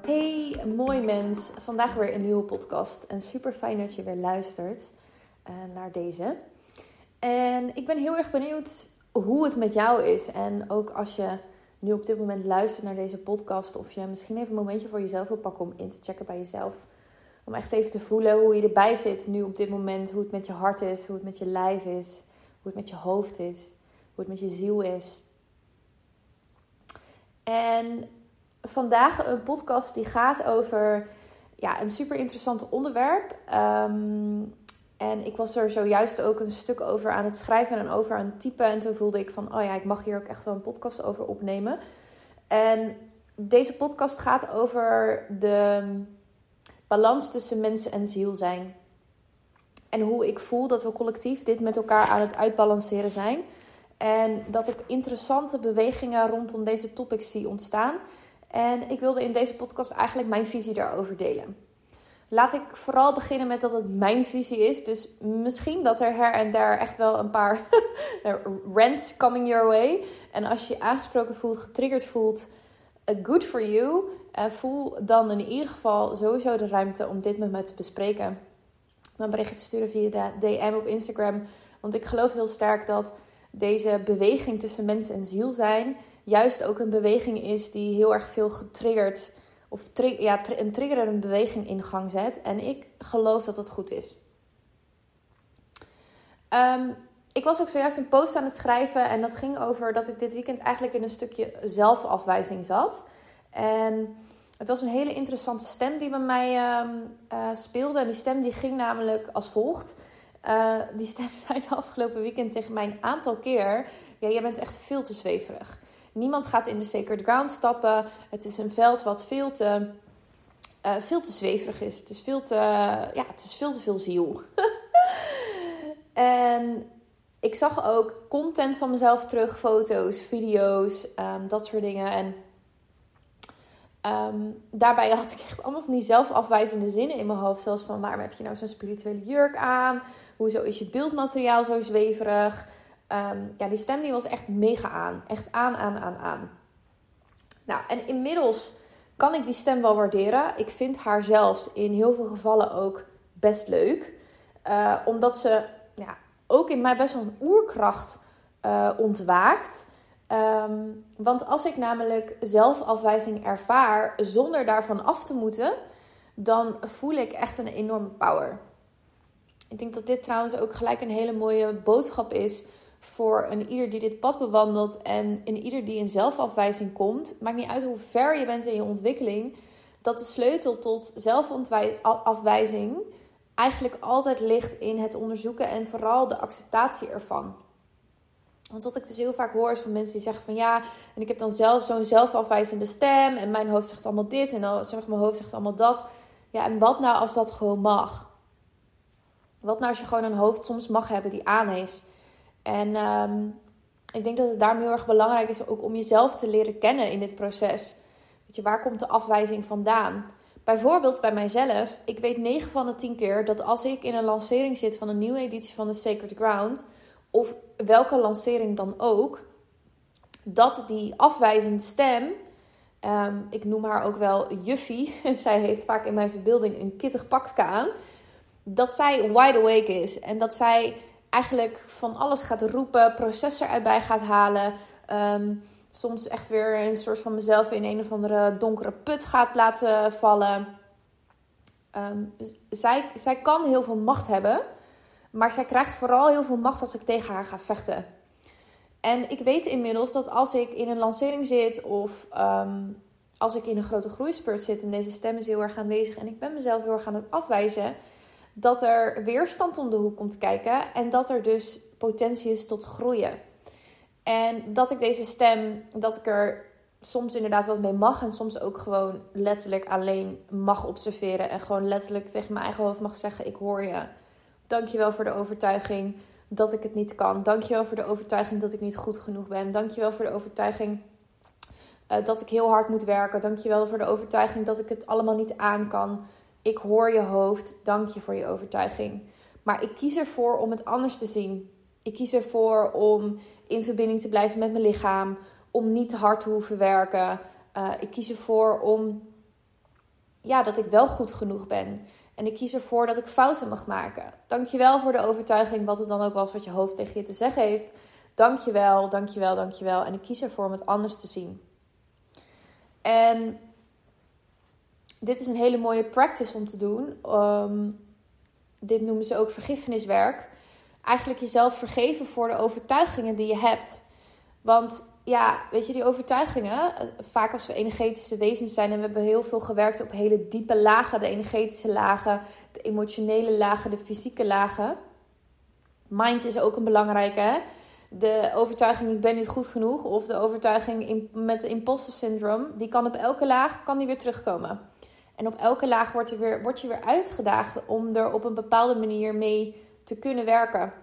Hey, mooi mens. Vandaag weer een nieuwe podcast. En super fijn dat je weer luistert naar deze. En ik ben heel erg benieuwd hoe het met jou is. En ook als je nu op dit moment luistert naar deze podcast, of je misschien even een momentje voor jezelf wil pakken om in te checken bij jezelf. Om echt even te voelen hoe je erbij zit nu op dit moment. Hoe het met je hart is, hoe het met je lijf is, hoe het met je hoofd is, hoe het met je ziel is. En vandaag een podcast die gaat over een super interessant onderwerp. En ik was er zojuist ook een stuk over aan het schrijven en over aan het typen. En toen voelde ik van, ik mag hier ook echt wel een podcast over opnemen. En deze podcast gaat over de balans tussen mens en ziel zijn. En hoe ik voel dat we collectief dit met elkaar aan het uitbalanceren zijn. En dat ik interessante bewegingen rondom deze topics zie ontstaan. En ik wilde in deze podcast eigenlijk mijn visie daarover delen. Laat ik vooral beginnen met dat het mijn visie is. Dus misschien dat er her en daar echt wel een paar rants coming your way. En als je je aangesproken voelt, getriggerd voelt, good for you. Voel dan in ieder geval sowieso de ruimte om dit met mij te bespreken. Mijn bericht te sturen via de DM op Instagram. Want ik geloof heel sterk dat deze beweging tussen mens en ziel zijn juist ook een beweging is die heel erg veel getriggerd een triggerende beweging in gang zet. En ik geloof dat dat goed is. Ik was ook zojuist een post aan het schrijven en dat ging over dat ik dit weekend eigenlijk in een stukje zelfafwijzing zat. En het was een hele interessante stem die bij mij speelde. En die stem die ging namelijk als volgt. Die stem zei de afgelopen weekend tegen mij een aantal keer: jij bent echt veel te zweverig. Niemand gaat in de sacred ground stappen. Het is een veld wat veel te zweverig is. Het is veel te veel ziel. En ik zag ook content van mezelf terug. Foto's, video's, dat soort dingen. En daarbij had ik echt allemaal van die zelfafwijzende zinnen in mijn hoofd. Zoals van, waarom heb je nou zo'n spirituele jurk aan? Hoezo is je beeldmateriaal zo zweverig? Die stem die was echt mega aan. Echt aan. Nou, en inmiddels kan ik die stem wel waarderen. Ik vind haar zelfs in heel veel gevallen ook best leuk. Omdat ze ook in mij best wel een oerkracht ontwaakt. Want als ik namelijk zelfafwijzing ervaar zonder daarvan af te moeten, dan voel ik echt een enorme power. Ik denk dat dit trouwens ook gelijk een hele mooie boodschap is voor een ieder die dit pad bewandelt en een ieder die in zelfafwijzing komt. Maakt niet uit hoe ver je bent in je ontwikkeling, dat de sleutel tot zelfafwijzing eigenlijk altijd ligt in het onderzoeken en vooral de acceptatie ervan. Want wat ik dus heel vaak hoor is van mensen die zeggen van en ik heb dan zelf zo'n zelfafwijzende stem en mijn hoofd zegt allemaal dit en dan zegt mijn hoofd zegt allemaal dat. Ja, en wat nou als dat gewoon mag? Wat nou als je gewoon een hoofd soms mag hebben die aan is? En ik denk dat het daarom heel erg belangrijk is ook om jezelf te leren kennen in dit proces. Weet je, waar komt de afwijzing vandaan? Bijvoorbeeld bij mijzelf, ik weet 9 van de 10 keer dat als ik in een lancering zit van een nieuwe editie van de Sacred Ground, of welke lancering dan ook, dat die afwijzende stem, ik noem haar ook wel Juffie, en zij heeft vaak in mijn verbeelding een kittig pakje aan, dat zij wide awake is en dat zij eigenlijk van alles gaat roepen, proces eruit bij gaat halen, soms echt weer een soort van mezelf in een of andere donkere put gaat laten vallen. Zij kan heel veel macht hebben, maar zij krijgt vooral heel veel macht als ik tegen haar ga vechten. En ik weet inmiddels dat als ik in een lancering zit of als ik in een grote groeispurt zit en deze stem is heel erg aanwezig en ik ben mezelf heel erg aan het afwijzen, dat er weerstand om de hoek komt kijken en dat er dus potentie is tot groeien. En dat ik deze stem, dat ik er soms inderdaad wat mee mag en soms ook gewoon letterlijk alleen mag observeren en gewoon letterlijk tegen mijn eigen hoofd mag zeggen: ik hoor je. Dankjewel voor de overtuiging dat ik het niet kan. Dankjewel voor de overtuiging dat ik niet goed genoeg ben. Dankjewel voor de overtuiging dat ik heel hard moet werken. Dankjewel voor de overtuiging dat ik het allemaal niet aan kan. Ik hoor je hoofd. Dank je voor je overtuiging. Maar ik kies ervoor om het anders te zien. Ik kies ervoor om in verbinding te blijven met mijn lichaam. Om niet te hard te hoeven werken. Ik kies ervoor om dat ik wel goed genoeg ben. En ik kies ervoor dat ik fouten mag maken. Dankjewel voor de overtuiging, wat het dan ook was wat je hoofd tegen je te zeggen heeft. Dankjewel, dankjewel, dankjewel. En ik kies ervoor om het anders te zien. En dit is een hele mooie practice om te doen. Dit noemen ze ook vergiffeniswerk. Eigenlijk jezelf vergeven voor de overtuigingen die je hebt. Want ja, weet je, die overtuigingen, vaak als we energetische wezens zijn en we hebben heel veel gewerkt op hele diepe lagen, de energetische lagen, de emotionele lagen, de fysieke lagen. Mind is ook een belangrijke, hè? De overtuiging ik ben niet goed genoeg of de overtuiging met imposter syndroom, die kan op elke laag weer terugkomen. En op elke laag word je weer uitgedaagd om er op een bepaalde manier mee te kunnen werken.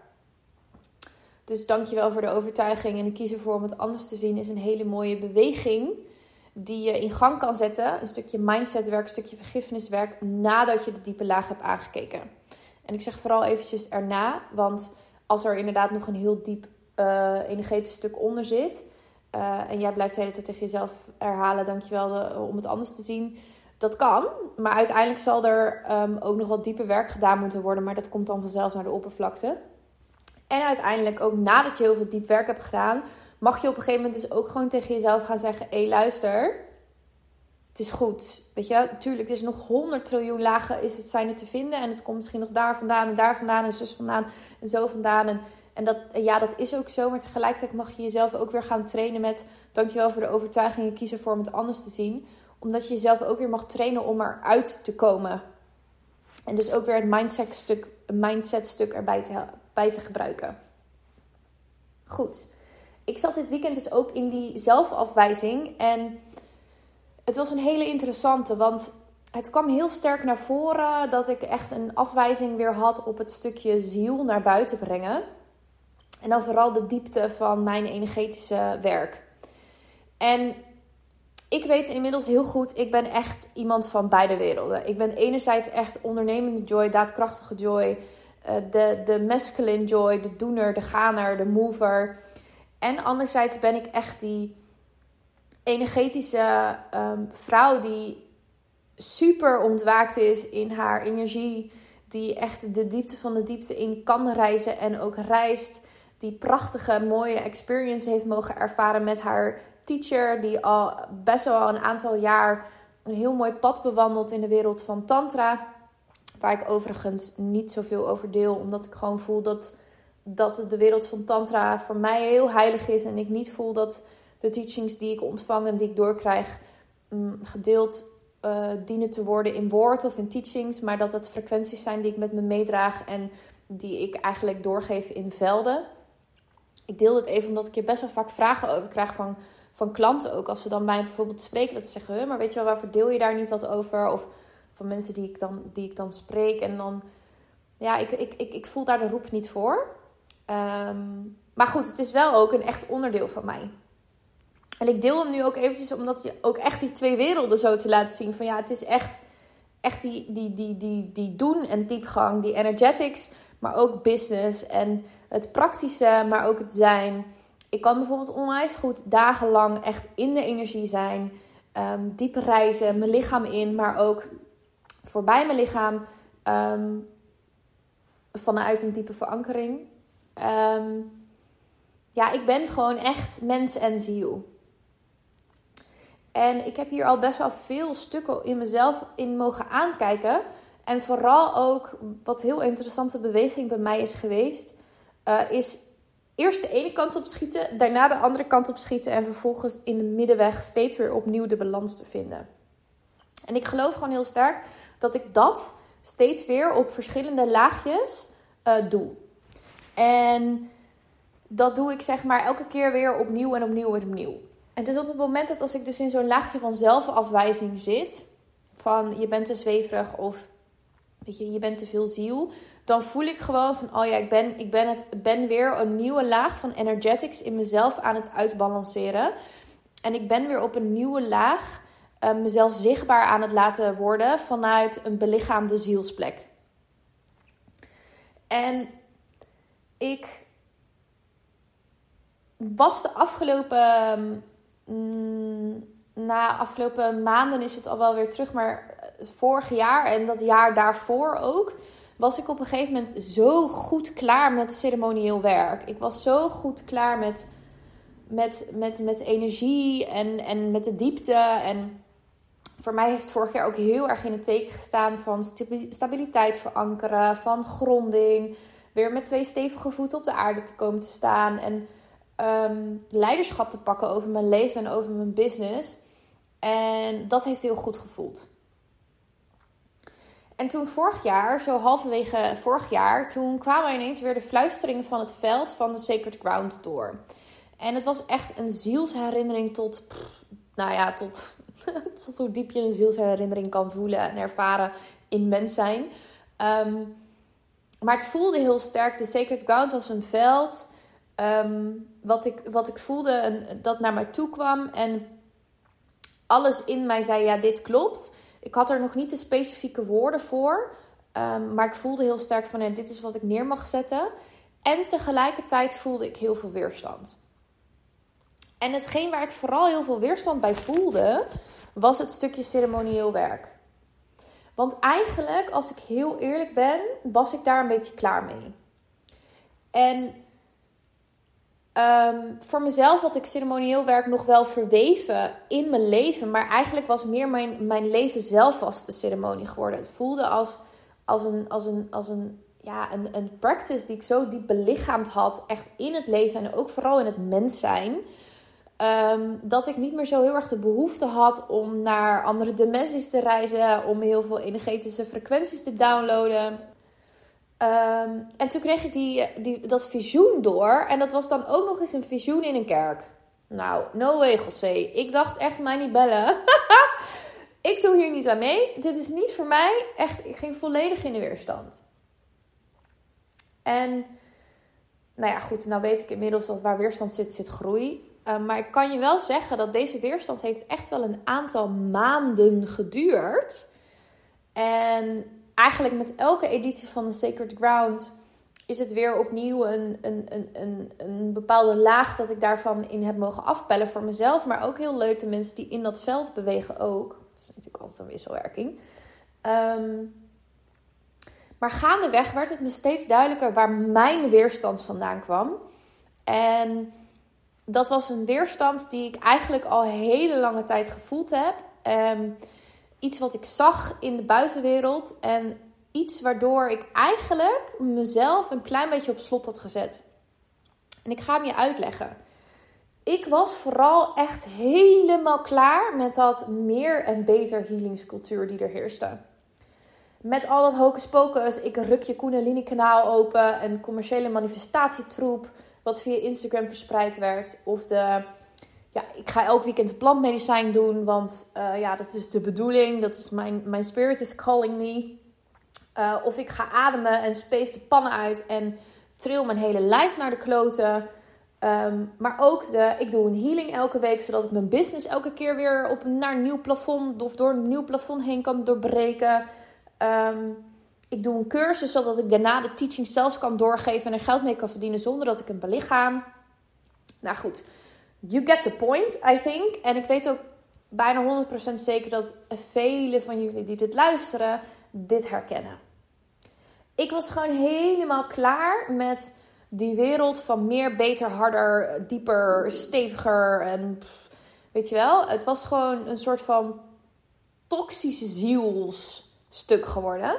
Dus dankjewel voor de overtuiging. En ik kies ervoor om het anders te zien. Is een hele mooie beweging die je in gang kan zetten. Een stukje mindsetwerk, een stukje vergiffeniswerk nadat je de diepe laag hebt aangekeken. En ik zeg vooral eventjes erna. Want als er inderdaad nog een heel diep energetisch stuk onder zit. En jij blijft de hele tijd tegen jezelf herhalen. Dankjewel om het anders te zien. Dat kan. Maar uiteindelijk zal er ook nog wat dieper werk gedaan moeten worden. Maar dat komt dan vanzelf naar de oppervlakte. En uiteindelijk ook nadat je heel veel diep werk hebt gedaan, mag je op een gegeven moment dus ook gewoon tegen jezelf gaan zeggen, hé, luister, het is goed. Weet je, natuurlijk, er is nog 100 triljoen lagen zijn er te vinden. En het komt misschien nog daar vandaan en daar vandaan en zus vandaan en zo vandaan. En dat is ook zo. Maar tegelijkertijd mag je jezelf ook weer gaan trainen met, dankjewel voor de overtuiging, ik kies ervoor om het anders te zien. Omdat je jezelf ook weer mag trainen om eruit te komen. En dus ook weer het mindset stuk erbij te gebruiken. Goed. Ik zat dit weekend dus ook in die zelfafwijzing. En het was een hele interessante. Want het kwam heel sterk naar voren dat ik echt een afwijzing weer had op het stukje ziel naar buiten brengen. En dan vooral de diepte van mijn energetische werk. En ik weet inmiddels heel goed, ik ben echt iemand van beide werelden. Ik ben enerzijds echt ondernemende joy, daadkrachtige joy. De masculine joy, de doener, de ganer, de mover. En anderzijds ben ik echt die energetische vrouw die super ontwaakt is in haar energie. Die echt de diepte van de diepte in kan reizen en ook reist. Die prachtige, mooie experience heeft mogen ervaren met haar teacher. Die al best wel een aantal jaar een heel mooi pad bewandelt in de wereld van tantra. Waar ik overigens niet zoveel over deel. Omdat ik gewoon voel dat de wereld van tantra voor mij heel heilig is. En ik niet voel dat de teachings die ik ontvang en die ik doorkrijg gedeeld dienen te worden in woord of in teachings. Maar dat het frequenties zijn die ik met me meedraag en die ik eigenlijk doorgeef in velden. Ik deel dit even omdat ik hier best wel vaak vragen over krijg van klanten ook. Als ze dan mij bijvoorbeeld spreken, dat ze zeggen, maar weet je wel, waarvoor deel je daar niet wat over? Of van mensen die ik dan spreek. En dan, ja, ik voel daar de roep niet voor. Maar goed, het is wel ook een echt onderdeel van mij. En ik deel hem nu ook eventjes omdat je ook echt die twee werelden zo te laten zien. Van ja, het is echt die doen en diepgang, die energetics, maar ook business en het praktische, maar ook het zijn. Ik kan bijvoorbeeld onwijs goed dagenlang echt in de energie zijn. Diep reizen, mijn lichaam in, maar ook voorbij mijn lichaam. Vanuit een diepe verankering. Ik ben gewoon echt mens en ziel. En ik heb hier al best wel veel stukken in mezelf in mogen aankijken. En vooral ook, wat heel interessante beweging bij mij is geweest, is eerst de ene kant op schieten, daarna de andere kant op schieten en vervolgens in de middenweg steeds weer opnieuw de balans te vinden. En ik geloof gewoon heel sterk dat ik dat steeds weer op verschillende laagjes doe. En dat doe ik zeg maar elke keer weer opnieuw en opnieuw en opnieuw. En het is op het moment dat als ik dus in zo'n laagje van zelfafwijzing zit, van je bent te zweverig of weet je bent te veel ziel, dan voel ik gewoon van, oh ja, ik ben weer een nieuwe laag van energetics in mezelf aan het uitbalanceren. En ik ben weer op een nieuwe laag mezelf zichtbaar aan het laten worden vanuit een belichaamde zielsplek. En ik was de afgelopen na afgelopen maanden is het al wel weer terug. Maar vorig jaar en dat jaar daarvoor ook, was ik op een gegeven moment zo goed klaar met ceremonieel werk. Ik was zo goed klaar met energie en met de diepte. En voor mij heeft vorig jaar ook heel erg in het teken gestaan van stabiliteit verankeren, van gronding. Weer met 2 stevige voeten op de aarde te komen te staan. En leiderschap te pakken over mijn leven en over mijn business. En dat heeft heel goed gevoeld. En toen vorig jaar, zo halverwege vorig jaar, toen kwamen ineens weer de fluisteringen van het veld van de Sacred Ground door. En het was echt een zielsherinnering tot hoe diep je een zielsherinnering kan voelen en ervaren in mens zijn. Maar het voelde heel sterk. De Sacred Ground was een veld wat ik voelde dat naar mij toe kwam. En alles in mij zei, ja, dit klopt. Ik had er nog niet de specifieke woorden voor. Maar ik voelde heel sterk van, ja, dit is wat ik neer mag zetten. En tegelijkertijd voelde ik heel veel weerstand. En hetgeen waar ik vooral heel veel weerstand bij voelde, was het stukje ceremonieel werk. Want eigenlijk, als ik heel eerlijk ben, was ik daar een beetje klaar mee. En voor mezelf had ik ceremonieel werk nog wel verweven in mijn leven. Maar eigenlijk was meer mijn leven zelf was de ceremonie geworden. Het voelde als een practice die ik zo diep belichaamd had. Echt in het leven en ook vooral in het mens zijn. Dat ik niet meer zo heel erg de behoefte had om naar andere dimensies te reizen. Om heel veel energetische frequenties te downloaden. En toen kreeg ik dat visioen door. En dat was dan ook nog eens een visioen in een kerk. Nou, no way, José. Ik dacht echt, mij niet bellen. Ik doe hier niet aan mee. Dit is niet voor mij. Echt, ik ging volledig in de weerstand. En, nou ja, goed. Nou weet ik inmiddels dat waar weerstand zit groei. Maar ik kan je wel zeggen dat deze weerstand heeft echt wel een aantal maanden geduurd. En eigenlijk met elke editie van de Sacred Ground is het weer opnieuw een bepaalde laag dat ik daarvan in heb mogen afpellen voor mezelf. Maar ook heel leuk de mensen die in dat veld bewegen ook. Dat is natuurlijk altijd een wisselwerking. Maar gaandeweg werd het me steeds duidelijker waar mijn weerstand vandaan kwam. En dat was een weerstand die ik eigenlijk al hele lange tijd gevoeld heb. Iets wat ik zag in de buitenwereld. En iets waardoor ik eigenlijk mezelf een klein beetje op slot had gezet. En ik ga hem je uitleggen. Ik was vooral echt helemaal klaar met dat meer en beter healingscultuur die er heerste. Met al dat hocus pocus, ik ruk je Kundalini kanaal open. Een commerciële manifestatietroep wat via Instagram verspreid werd. Of ik ga elk weekend een plantmedicijn doen. Want dat is de bedoeling. Dat is mijn spirit is calling me. Of ik ga ademen en space de pannen uit. En tril mijn hele lijf naar de kloten. Maar ook ik doe een healing elke week. Zodat ik mijn business elke keer weer naar een nieuw plafond. Of door een nieuw plafond heen kan doorbreken. Ik doe een cursus zodat ik daarna de teaching zelfs kan doorgeven. En er geld mee kan verdienen zonder dat ik hem belichaam. Nou goed. You get the point, I think. En ik weet ook bijna 100% zeker dat velen van jullie die dit luisteren, dit herkennen. Ik was gewoon helemaal klaar met die wereld van meer, beter, harder, dieper, steviger. En weet je wel, het was gewoon een soort van toxisch zielsstuk geworden.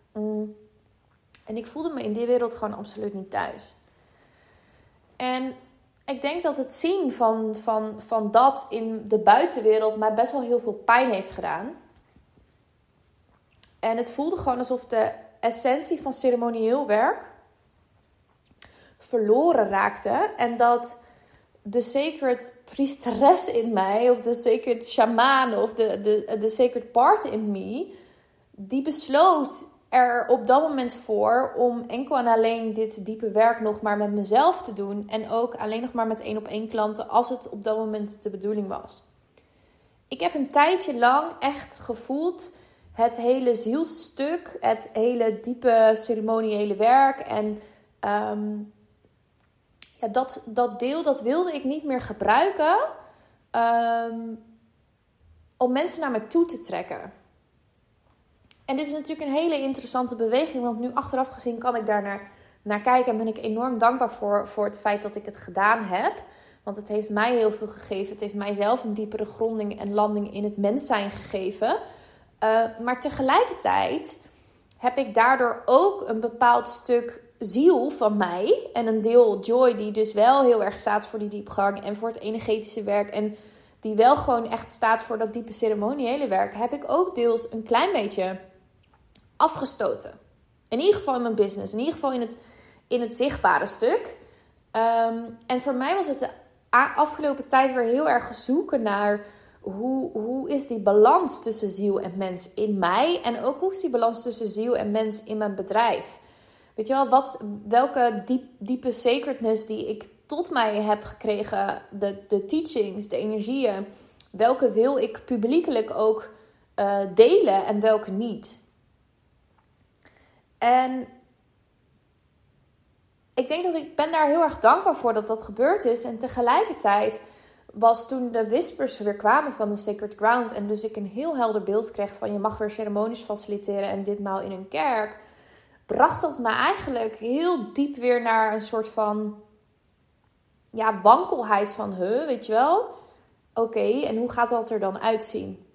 En ik voelde me in die wereld gewoon absoluut niet thuis. En ik denk dat het zien van dat in de buitenwereld mij best wel heel veel pijn heeft gedaan. En het voelde gewoon alsof de essentie van ceremonieel werk verloren raakte. En dat de sacred priesteres in mij, of de sacred shaman, of de sacred part in me, die besloot er op dat moment voor om enkel en alleen dit diepe werk nog maar met mezelf te doen. En ook alleen nog maar met 1-op-1 klanten als het op dat moment de bedoeling was. Ik heb een tijdje lang echt gevoeld het hele zielsstuk, het hele diepe ceremoniële werk. En dat deel, dat wilde ik niet meer gebruiken. om mensen naar me toe te trekken. En dit is natuurlijk een hele interessante beweging, want nu achteraf gezien kan ik daar naar kijken en ben ik enorm dankbaar voor het feit dat ik het gedaan heb. Want het heeft mij heel veel gegeven. Het heeft mijzelf een diepere gronding en landing in het mens zijn gegeven. Maar tegelijkertijd heb ik daardoor ook een bepaald stuk ziel van mij. En een deel joy die dus wel heel erg staat voor die diepgang en voor het energetische werk. En die wel gewoon echt staat voor dat diepe ceremoniële werk. Heb ik ook deels een klein beetje afgestoten. In ieder geval in mijn business. In ieder geval in het zichtbare stuk. En voor mij was het de afgelopen tijd weer heel erg zoeken naar hoe is die balans tussen ziel en mens in mij. En ook hoe is die balans tussen ziel en mens in mijn bedrijf. Weet je wel, welke diepe sacredness die ik tot mij heb gekregen. De teachings, de energieën. Welke wil ik publiekelijk ook delen en welke niet. En ik denk dat ik ben daar heel erg dankbaar voor dat dat gebeurd is. En tegelijkertijd was toen de whispers weer kwamen van de Sacred Ground. En dus ik een heel helder beeld kreeg van je mag weer ceremonies faciliteren. En ditmaal in een kerk. Bracht dat me eigenlijk heel diep weer naar een soort van wankelheid van weet je wel. Oké, en hoe gaat dat er dan uitzien?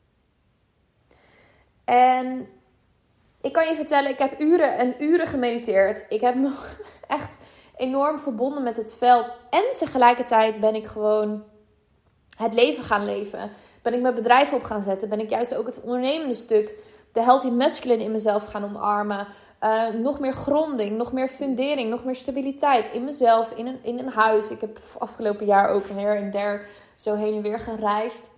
En ik kan je vertellen, ik heb uren en uren gemediteerd. Ik heb me echt enorm verbonden met het veld. En tegelijkertijd ben ik gewoon het leven gaan leven. Ben ik mijn bedrijf op gaan zetten. Ben ik juist ook het ondernemende stuk, de healthy masculine in mezelf gaan omarmen. Nog meer gronding, nog meer fundering, nog meer stabiliteit in mezelf, in een huis. Ik heb afgelopen jaar ook her en der zo heen en weer gereisd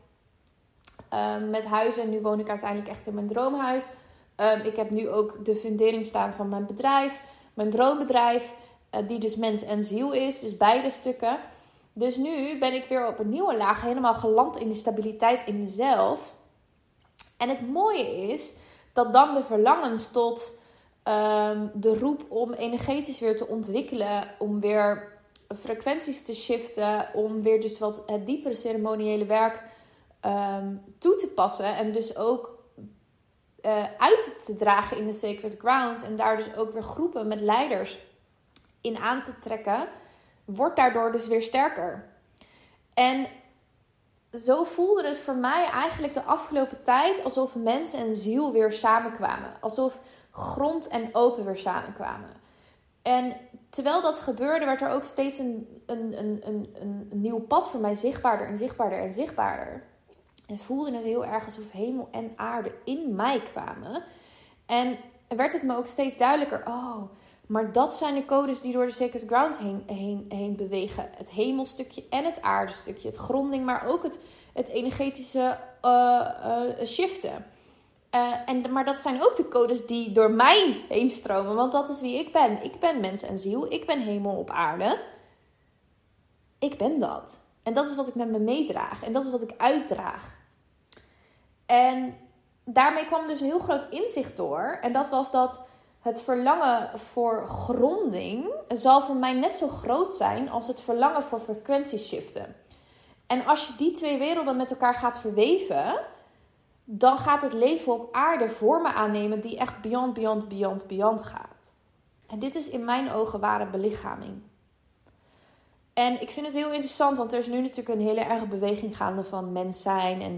met huizen. En nu woon ik uiteindelijk echt in mijn droomhuis. Ik heb nu ook de fundering staan van mijn bedrijf, mijn droombedrijf, die dus mens en ziel is, dus beide stukken. Dus nu ben ik weer op een nieuwe laag helemaal geland in de stabiliteit in mezelf. En het mooie is dat dan de verlangens tot de roep om energetisch weer te ontwikkelen, om weer frequenties te shiften, om weer dus wat het diepere ceremoniële werk toe te passen en dus ook uit te dragen in de Sacred Ground en daar dus ook weer groepen met leiders in aan te trekken, wordt daardoor dus weer sterker. En zo voelde het voor mij eigenlijk de afgelopen tijd alsof mens en ziel weer samenkwamen. Alsof grond en open weer samenkwamen. En terwijl dat gebeurde, werd er ook steeds een nieuw pad voor mij zichtbaarder en zichtbaarder en zichtbaarder. En voelde het heel erg alsof hemel en aarde in mij kwamen. En werd het me ook steeds duidelijker. Oh, maar dat zijn de codes die door de Sacred Ground heen bewegen. Het hemelstukje en het aardestukje. Het gronding, maar ook het energetische shiften. Maar dat zijn ook de codes die door mij heen stromen. Want dat is wie ik ben. Ik ben mens en ziel. Ik ben hemel op aarde. Ik ben dat. En dat is wat ik met me meedraag. En dat is wat ik uitdraag. En daarmee kwam dus een heel groot inzicht door. En dat was dat het verlangen voor gronding zal voor mij net zo groot zijn als het verlangen voor frequentieshiften. En als je die twee werelden met elkaar gaat verweven, dan gaat het leven op aarde vormen aannemen die echt beyond gaat. En dit is in mijn ogen ware belichaming. En ik vind het heel interessant, want er is nu natuurlijk een hele erge beweging gaande van mens zijn en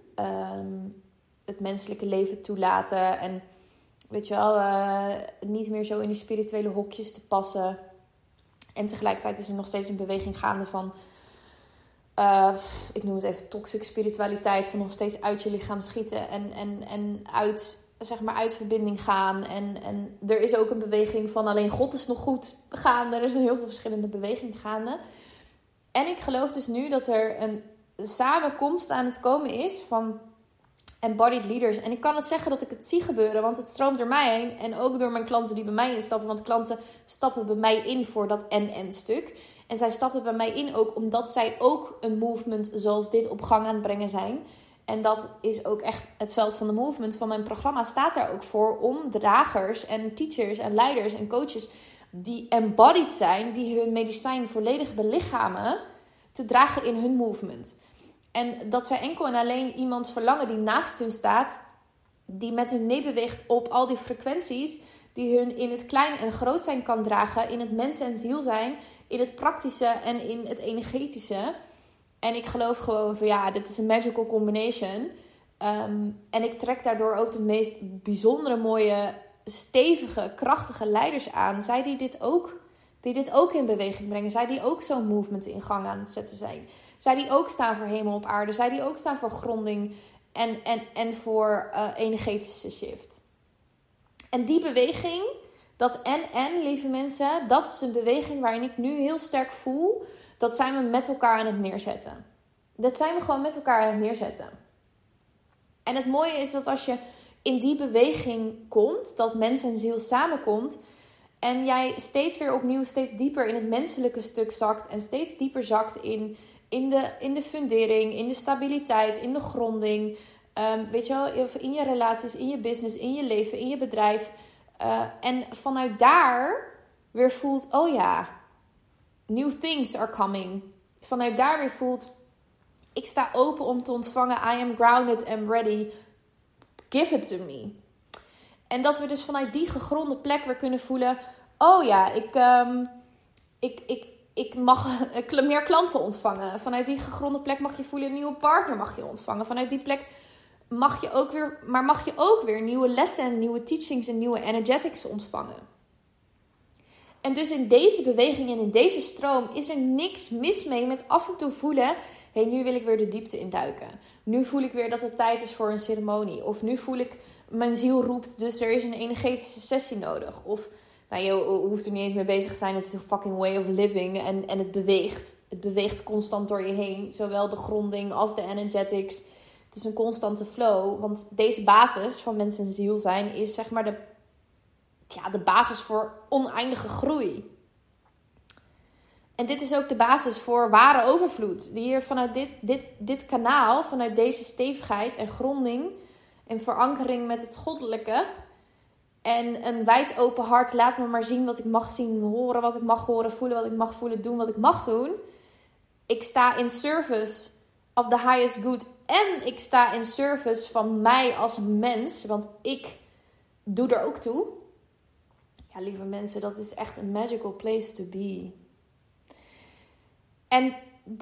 het menselijke leven toelaten. En weet je wel, niet meer zo in die spirituele hokjes te passen. En tegelijkertijd is er nog steeds een beweging gaande van, ik noem het even toxic spiritualiteit, van nog steeds uit je lichaam schieten en uit verbinding gaan. En er is ook een beweging van alleen God is nog goed gaande. Er zijn heel veel verschillende bewegingen gaande. En ik geloof dus nu dat er een samenkomst aan het komen is van embodied leaders. En ik kan het zeggen dat ik het zie gebeuren, want het stroomt door mij heen. En ook door mijn klanten die bij mij instappen. Want klanten stappen bij mij in voor dat en stuk. En zij stappen bij mij in ook omdat zij ook een movement zoals dit op gang aan het brengen zijn. En dat is ook echt het veld van de movement van mijn programma. Staat daar ook voor om dragers en teachers en leiders en coaches die embodied zijn, die hun medicijn volledig belichamen, te dragen in hun movement. En dat zij enkel en alleen iemand verlangen die naast hun staat, die met hun meebeweegt op al die frequenties die hun in het klein en groot zijn kan dragen, in het mens en ziel zijn, in het praktische en in het energetische. En ik geloof gewoon van dit is een magical combination. En ik trek daardoor ook de meest bijzondere, mooie, stevige, krachtige leiders aan. Zij die dit ook in beweging brengen. Zij die ook zo'n movement in gang aan het zetten zijn. Zij die ook staan voor hemel op aarde. Zij die ook staan voor gronding en voor energetische shift. En die beweging, dat en, lieve mensen, dat is een beweging waarin ik nu heel sterk voel, dat zijn we met elkaar aan het neerzetten. Dat zijn we gewoon met elkaar aan het neerzetten. En het mooie is dat als je in die beweging komt, dat mens en ziel samenkomt, en jij steeds weer opnieuw, steeds dieper in het menselijke stuk zakt en steeds dieper zakt in de fundering, in de stabiliteit, in de gronding, weet je wel, in je relaties, in je business, in je leven, in je bedrijf. En vanuit daar weer voelt, new things are coming. Vanuit daar weer voelt, ik sta open om te ontvangen. I am grounded and ready. Give it to me. En dat we dus vanuit die gegronde plek weer kunnen voelen, ik mag meer klanten ontvangen. Vanuit die gegronde plek mag je voelen, een nieuwe partner mag je ontvangen. Vanuit die plek mag je ook weer nieuwe lessen en nieuwe teachings en nieuwe energetics ontvangen. En dus in deze beweging en in deze stroom is er niks mis mee met af en toe voelen, nu wil ik weer de diepte induiken. Nu voel ik weer dat het tijd is voor een ceremonie. Of nu voel ik, mijn ziel roept, dus er is een energetische sessie nodig. Of, je hoeft er niet eens mee bezig te zijn. Het is een fucking way of living. En het beweegt. Het beweegt constant door je heen. Zowel de gronding als de energetics. Het is een constante flow. Want deze basis van mens en ziel zijn is zeg maar de basis voor oneindige groei. En dit is ook de basis voor ware overvloed. Die hier vanuit dit kanaal, vanuit deze stevigheid en gronding en verankering met het goddelijke en een wijd open hart, laat me maar zien wat ik mag zien, horen wat ik mag horen, voelen wat ik mag voelen, doen wat ik mag doen. Ik sta in service of the highest good en ik sta in service van mij als mens, want ik doe er ook toe. Ja, lieve mensen, dat is echt een magical place to be. En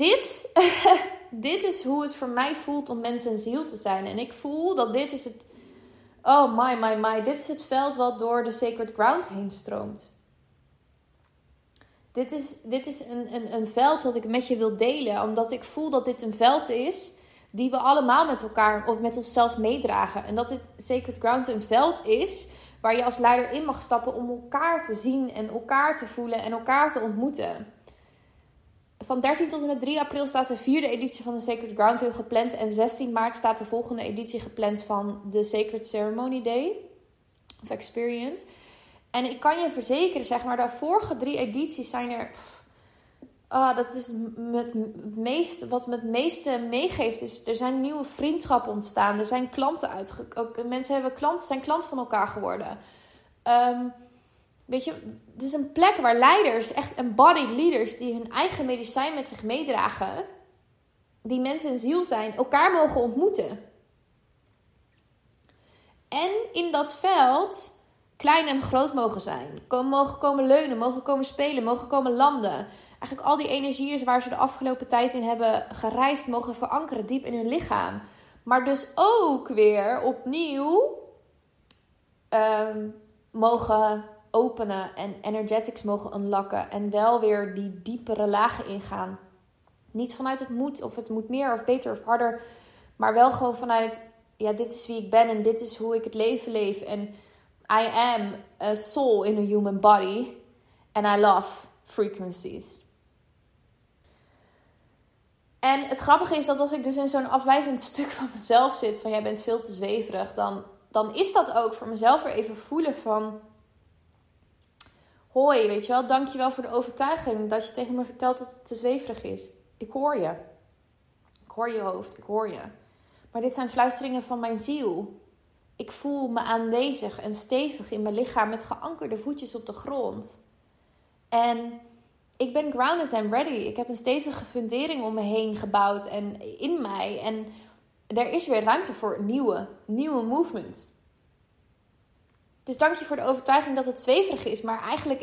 dit is hoe het voor mij voelt om mens en ziel te zijn. En ik voel dat dit is het, dit is het veld wat door de Sacred Ground heen stroomt. Dit is een veld wat ik met je wil delen. Omdat ik voel dat dit een veld is die we allemaal met elkaar of met onszelf meedragen. En dat dit Sacred Ground een veld is waar je als leider in mag stappen om elkaar te zien en elkaar te voelen en elkaar te ontmoeten. Van 13 tot en met 3 april staat de 4e editie van de Sacred Ground Hill gepland. En 16 maart staat de volgende editie gepland van de Sacred Ceremony Day. Of Experience. En ik kan je verzekeren, zeg maar, de vorige 3 edities zijn er... dat is het meest, wat me het meeste meegeeft. Is, er zijn nieuwe vriendschappen ontstaan. Er zijn klanten uitgekomen. Mensen zijn klant van elkaar geworden. Weet je, het is een plek waar leiders, echt embodied leaders, die hun eigen medicijn met zich meedragen, die mens en ziel zijn, elkaar mogen ontmoeten. En in dat veld klein en groot mogen zijn. Mogen komen leunen, mogen komen spelen, mogen komen landen. Eigenlijk al die energieën waar ze de afgelopen tijd in hebben gereisd, mogen verankeren diep in hun lichaam. Maar dus ook weer opnieuw mogen openen en energetics mogen unlocken en wel weer die diepere lagen ingaan. Niet vanuit het moet of het moet meer of beter of harder, maar wel gewoon vanuit, dit is wie ik ben en dit is hoe ik het leven leef en I am a soul in a human body and I love frequencies. En het grappige is dat als ik dus in zo'n afwijzend stuk van mezelf zit, van jij bent veel te zweverig, dan is dat ook voor mezelf weer even voelen van, hoi, weet je wel, dankjewel voor de overtuiging dat je tegen me vertelt dat het te zweverig is. Ik hoor je. Ik hoor je hoofd, ik hoor je. Maar dit zijn fluisteringen van mijn ziel. Ik voel me aanwezig en stevig in mijn lichaam met geankerde voetjes op de grond. En ik ben grounded and ready. Ik heb een stevige fundering om me heen gebouwd en in mij. En er is weer ruimte voor een nieuwe movement. Dus dank je voor de overtuiging dat het zweverig is. Maar eigenlijk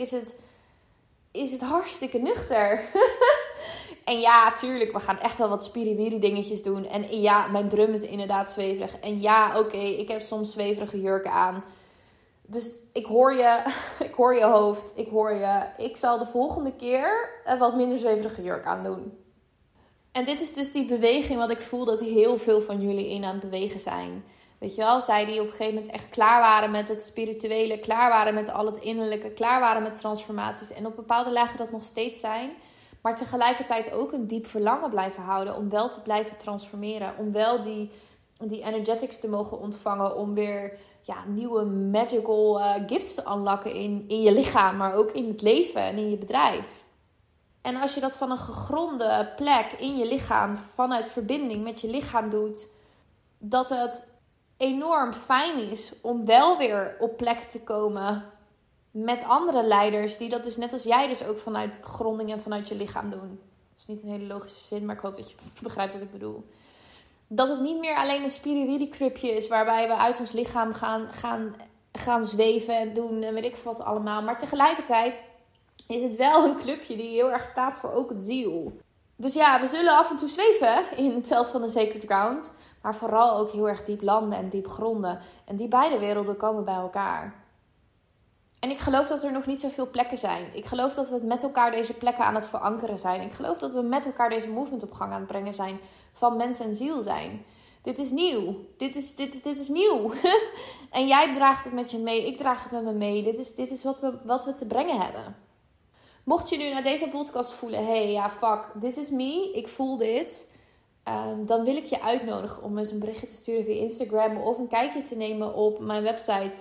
is het hartstikke nuchter. En ja, tuurlijk, we gaan echt wel wat spiriwiri dingetjes doen. En ja, mijn drum is inderdaad zweverig. En ja, oké, ik heb soms zweverige jurken aan. Dus ik hoor je, ik hoor je hoofd, ik hoor je. Ik zal de volgende keer een wat minder zweverige jurk aandoen. En dit is dus die beweging wat ik voel dat heel veel van jullie in aan het bewegen zijn. Weet je wel, zij die op een gegeven moment echt klaar waren met het spirituele, klaar waren met al het innerlijke, klaar waren met transformaties. En op bepaalde lagen dat nog steeds zijn. Maar tegelijkertijd ook een diep verlangen blijven houden om wel te blijven transformeren. Om wel die energetics te mogen ontvangen. Om weer nieuwe magical gifts te unlocken in je lichaam. Maar ook in het leven en in je bedrijf. En als je dat van een gegronde plek in je lichaam, vanuit verbinding met je lichaam doet. Dat het enorm fijn is om wel weer op plek te komen met andere leiders die dat dus net als jij dus ook vanuit gronding en vanuit je lichaam doen. Dat is niet een hele logische zin, maar ik hoop dat je begrijpt wat ik bedoel. Dat het niet meer alleen een spiriwiri clubje is waarbij we uit ons lichaam gaan zweven en doen en weet ik wat allemaal. Maar tegelijkertijd is het wel een clubje die heel erg staat voor ook het ziel. Dus ja, we zullen af en toe zweven in het veld van de Sacred Ground. Maar vooral ook heel erg diep landen en diep gronden. En die beide werelden komen bij elkaar. En ik geloof dat er nog niet zoveel plekken zijn. Ik geloof dat we met elkaar deze plekken aan het verankeren zijn. Ik geloof dat we met elkaar deze movement op gang aan het brengen zijn. Van mens en ziel zijn. Dit is nieuw. Dit is nieuw. En jij draagt het met je mee. Ik draag het met me mee. Dit is wat we te brengen hebben. Mocht je nu naar deze podcast voelen. Hey, ja, fuck. This is me. Ik voel dit. Dan wil ik je uitnodigen om eens een berichtje te sturen via Instagram. Of een kijkje te nemen op mijn website.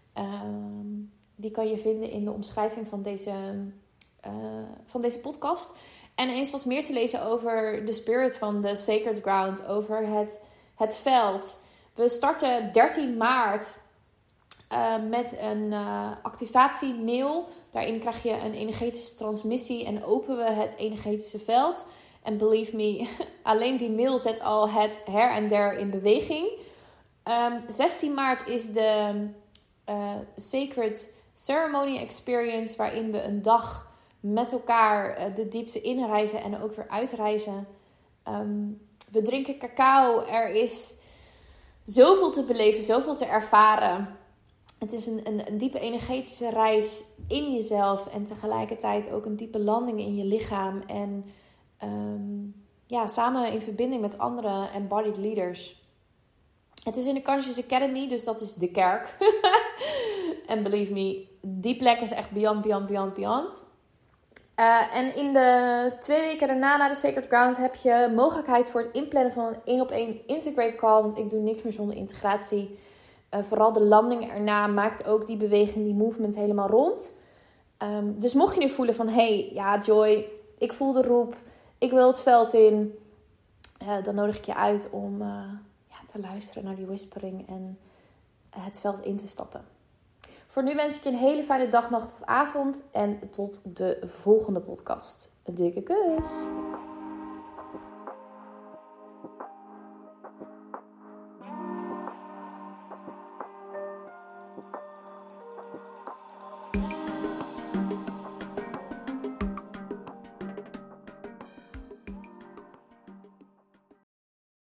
Die kan je vinden in de omschrijving van deze podcast. En eens wat meer te lezen over de spirit van de Sacred Ground. Over het veld. We starten 13 maart met een activatiemail. Daarin krijg je een energetische transmissie en openen we het energetische veld. En believe me, alleen die mail zet al het her en der in beweging. 16 maart is de Sacred Ceremony Experience, waarin we een dag met elkaar de diepte inreizen en ook weer uitreizen. We drinken cacao. Er is zoveel te beleven, zoveel te ervaren. Het is een diepe energetische reis in jezelf en tegelijkertijd ook een diepe landing in je lichaam. En samen in verbinding met andere embodied leaders. Het is in de Conscious Academy, dus dat is de kerk. En believe me, die plek is echt beyond. En in de 2 weken daarna, na de Sacred Ground, heb je mogelijkheid voor het inplannen van een 1-op-1 integrate call. Want ik doe niks meer zonder integratie. Vooral de landing erna maakt ook die beweging, die movement helemaal rond. Dus mocht je nu voelen van, Joy, ik voel de roep. Ik wil het veld in. Dan nodig ik je uit om te luisteren naar die whispering en het veld in te stappen. Voor nu wens ik je een hele fijne dag, nacht of avond. En tot de volgende podcast. Een dikke kus.